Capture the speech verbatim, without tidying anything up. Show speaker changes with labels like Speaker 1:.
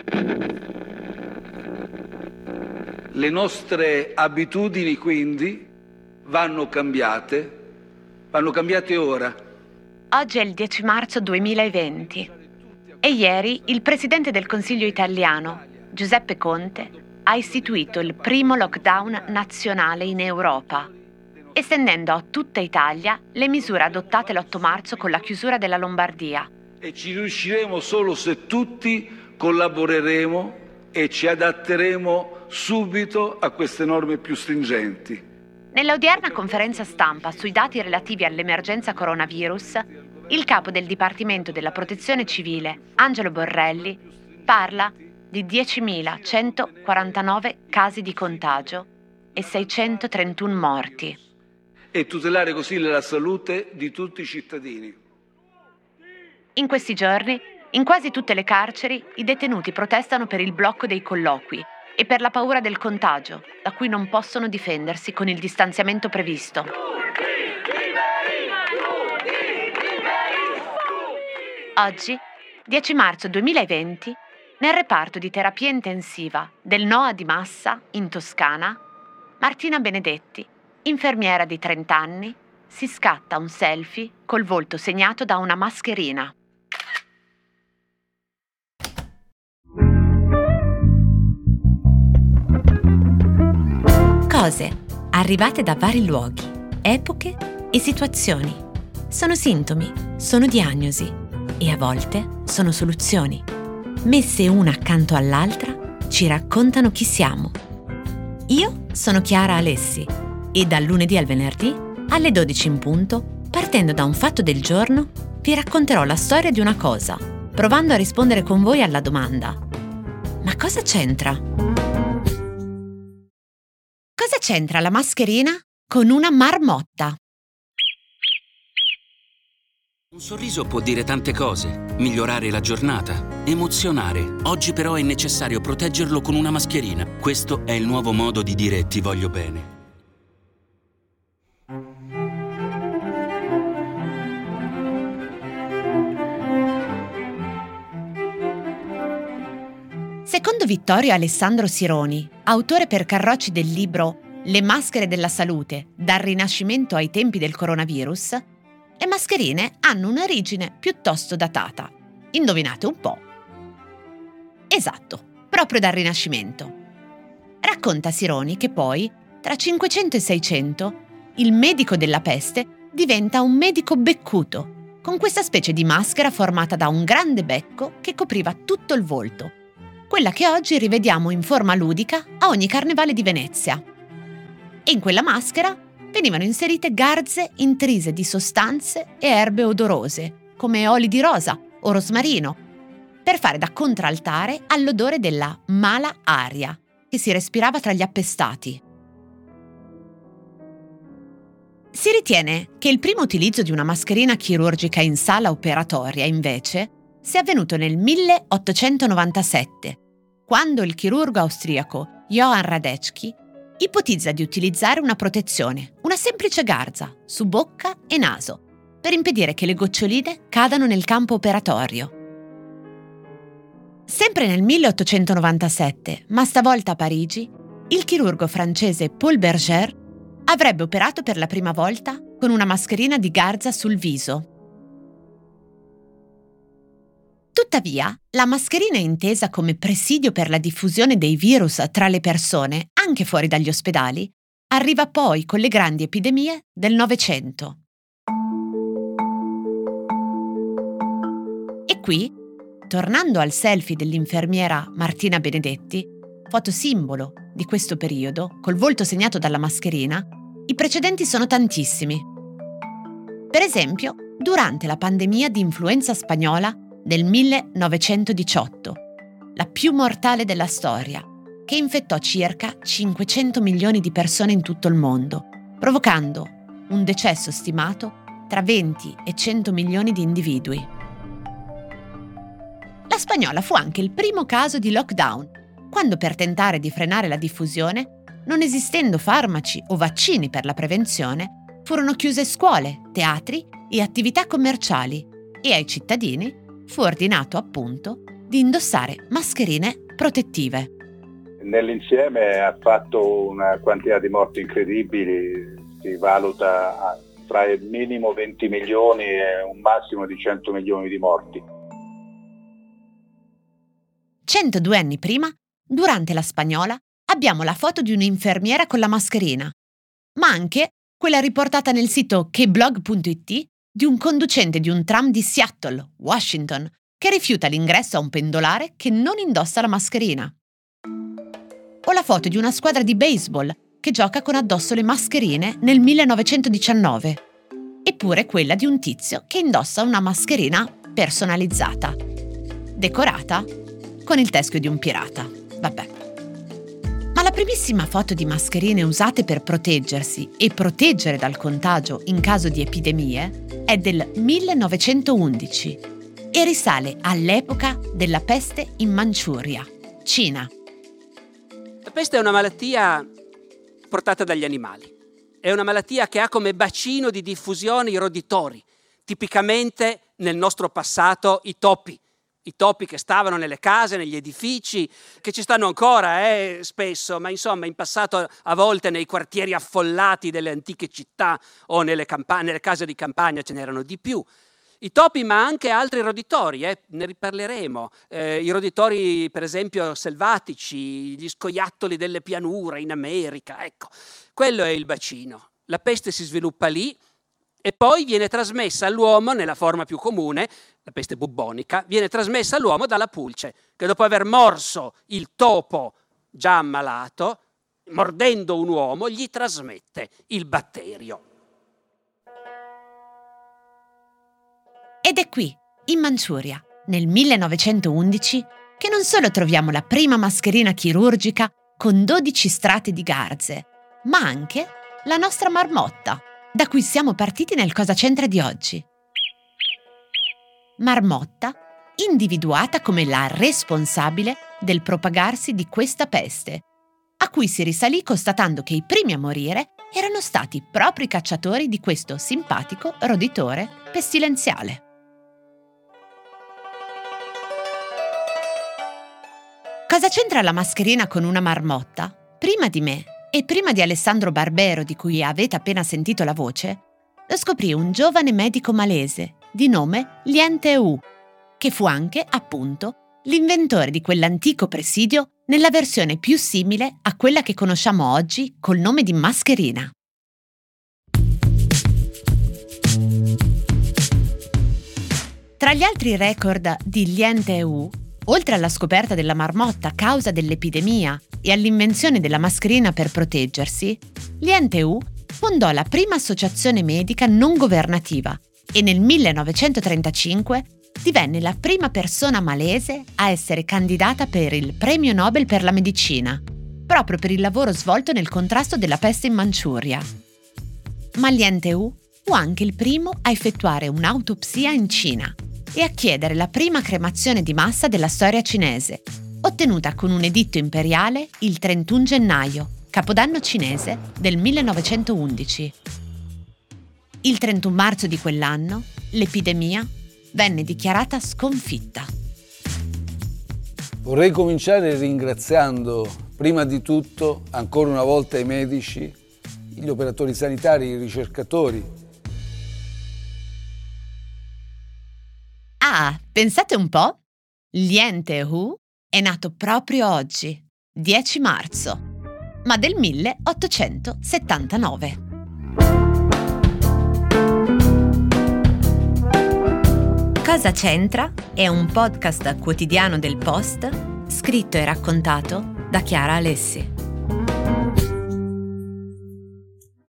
Speaker 1: Le nostre abitudini quindi vanno cambiate, vanno cambiate ora.
Speaker 2: Oggi è il dieci marzo duemilaventi e ieri il Presidente del Consiglio italiano, Giuseppe Conte, ha istituito il primo lockdown nazionale in Europa, estendendo a tutta Italia le misure adottate l'otto marzo con la chiusura della Lombardia.
Speaker 1: E ci riusciremo solo se tutti collaboreremo e ci adatteremo subito a queste norme più stringenti.
Speaker 2: Nella odierna conferenza stampa sui dati relativi all'emergenza coronavirus, il capo del Dipartimento della Protezione Civile, Angelo Borrelli, parla di diecimilacentoquarantanove casi di contagio e seicentotrentuno morti.
Speaker 1: E tutelare così la salute di tutti i cittadini.
Speaker 2: In questi giorni, in quasi tutte le carceri, i detenuti protestano per il blocco dei colloqui e per la paura del contagio, da cui non possono difendersi con il distanziamento previsto. Oggi, dieci marzo duemilaventi, nel reparto di terapia intensiva del N O A di Massa, in Toscana, Martina Benedetti, infermiera di trenta anni, si scatta un selfie col volto segnato da una mascherina. Cose arrivate da vari luoghi, epoche e situazioni. Sono sintomi, sono diagnosi e a volte sono soluzioni. Messe una accanto all'altra ci raccontano chi siamo. Io sono Chiara Alessi e dal lunedì al venerdì alle dodici in punto, partendo da un fatto del giorno, vi racconterò la storia di una cosa, provando a rispondere con voi alla domanda: ma cosa c'entra? Cosa c'entra la mascherina con una marmotta?
Speaker 3: Un sorriso può dire tante cose, migliorare la giornata, emozionare. Oggi però è necessario proteggerlo con una mascherina. Questo è il nuovo modo di dire ti voglio bene.
Speaker 2: Secondo Vittorio Alessandro Sironi, autore per Carrocci del libro Le maschere della salute, dal Rinascimento ai tempi del coronavirus, le mascherine hanno un'origine piuttosto datata. Indovinate un po'. Esatto, proprio dal Rinascimento. Racconta Sironi che poi, tra cinquecento e seicento, il medico della peste diventa un medico beccuto, con questa specie di maschera formata da un grande becco che copriva tutto il volto, quella che oggi rivediamo in forma ludica a ogni carnevale di Venezia. E in quella maschera venivano inserite garze intrise di sostanze e erbe odorose, come oli di rosa o rosmarino, per fare da contraltare all'odore della mala aria che si respirava tra gli appestati. Si ritiene che il primo utilizzo di una mascherina chirurgica in sala operatoria, invece, sia avvenuto nel milleottocentonovantasette, quando il chirurgo austriaco Johann Radetzky ipotizza di utilizzare una protezione, una semplice garza, su bocca e naso, per impedire che le goccioline cadano nel campo operatorio. Sempre nel milleottocentonovantasette, ma stavolta a Parigi, il chirurgo francese Paul Berger avrebbe operato per la prima volta con una mascherina di garza sul viso. Tuttavia, la mascherina intesa come presidio per la diffusione dei virus tra le persone, anche fuori dagli ospedali, arriva poi con le grandi epidemie del Novecento. E qui, tornando al selfie dell'infermiera Martina Benedetti, foto simbolo di questo periodo, col volto segnato dalla mascherina, i precedenti sono tantissimi. Per esempio, durante la pandemia di influenza spagnola del millenovecentodiciotto, la più mortale della storia, che infettò circa cinquecento milioni di persone in tutto il mondo, provocando un decesso stimato tra venti e cento milioni di individui. La spagnola fu anche il primo caso di lockdown, quando per tentare di frenare la diffusione, non esistendo farmaci o vaccini per la prevenzione, furono chiuse scuole, teatri e attività commerciali e ai cittadini fu ordinato appunto di indossare mascherine protettive.
Speaker 4: Nell'insieme ha fatto una quantità di morti incredibili, si valuta tra il minimo venti milioni e un massimo di cento milioni di morti.
Speaker 2: centodue anni prima, durante la Spagnola, abbiamo la foto di un'infermiera con la mascherina, ma anche quella riportata nel sito keblog punto it di un conducente di un tram di Seattle, Washington, che rifiuta l'ingresso a un pendolare che non indossa la mascherina. O la foto di una squadra di baseball che gioca con addosso le mascherine nel millenovecentodiciannove. Eppure quella di un tizio che indossa una mascherina personalizzata, decorata con il teschio di un pirata. Vabbè. Ma la primissima foto di mascherine usate per proteggersi e proteggere dal contagio in caso di epidemie è del millenovecentoundici e risale all'epoca della peste in Manciuria, Cina.
Speaker 5: La peste è una malattia portata dagli animali. È una malattia che ha come bacino di diffusione i roditori, tipicamente nel nostro passato i topi. I topi che stavano nelle case, negli edifici, che ci stanno ancora eh, spesso, ma insomma in passato a volte nei quartieri affollati delle antiche città o nelle, camp- nelle case di campagna ce n'erano di più. I topi, ma anche altri roditori, eh, ne riparleremo. Eh, I roditori, per esempio, selvatici, gli scoiattoli delle pianure in America, ecco. Quello è il bacino. La peste si sviluppa lì e poi viene trasmessa all'uomo nella forma più comune, la peste bubbonica, viene trasmessa all'uomo dalla pulce, che dopo aver morso il topo già ammalato, mordendo un uomo, gli trasmette il batterio.
Speaker 2: Ed è qui, in Manciuria, nel millenovecentoundici, che non solo troviamo la prima mascherina chirurgica con dodici strati di garze, ma anche la nostra marmotta, da cui siamo partiti nel Cosa c'entra di oggi. Marmotta individuata come la responsabile del propagarsi di questa peste, a cui si risalì constatando che i primi a morire erano stati proprio i cacciatori di questo simpatico roditore pestilenziale. Cosa c'entra la mascherina con una marmotta? Prima di me e prima di Alessandro Barbero, di cui avete appena sentito la voce, lo scoprì un giovane medico malese di nome Lien Te-u, che fu anche, appunto, l'inventore di quell'antico presidio nella versione più simile a quella che conosciamo oggi col nome di mascherina. Tra gli altri record di Lien Te-u, oltre alla scoperta della marmotta a causa dell'epidemia e all'invenzione della mascherina per proteggersi, Lien Te-u fondò la prima associazione medica non governativa e nel millenovecentotrentacinque divenne la prima persona malese a essere candidata per il Premio Nobel per la medicina, proprio per il lavoro svolto nel contrasto della peste in Manciuria. Ma Lien Te-u fu anche il primo a effettuare un'autopsia in Cina e a chiedere la prima cremazione di massa della storia cinese, ottenuta con un editto imperiale il trentuno gennaio, capodanno cinese del millenovecentoundici. Il trentuno marzo di quell'anno, l'epidemia venne dichiarata sconfitta.
Speaker 6: Vorrei cominciare ringraziando prima di tutto ancora una volta i medici, gli operatori sanitari, i ricercatori.
Speaker 2: Ah, pensate un po'? Lien Te-u è nato proprio oggi, dieci marzo, ma del milleottocentosettantanove. Cosa c'entra? È un podcast quotidiano del Post, scritto e raccontato da Chiara Alessi.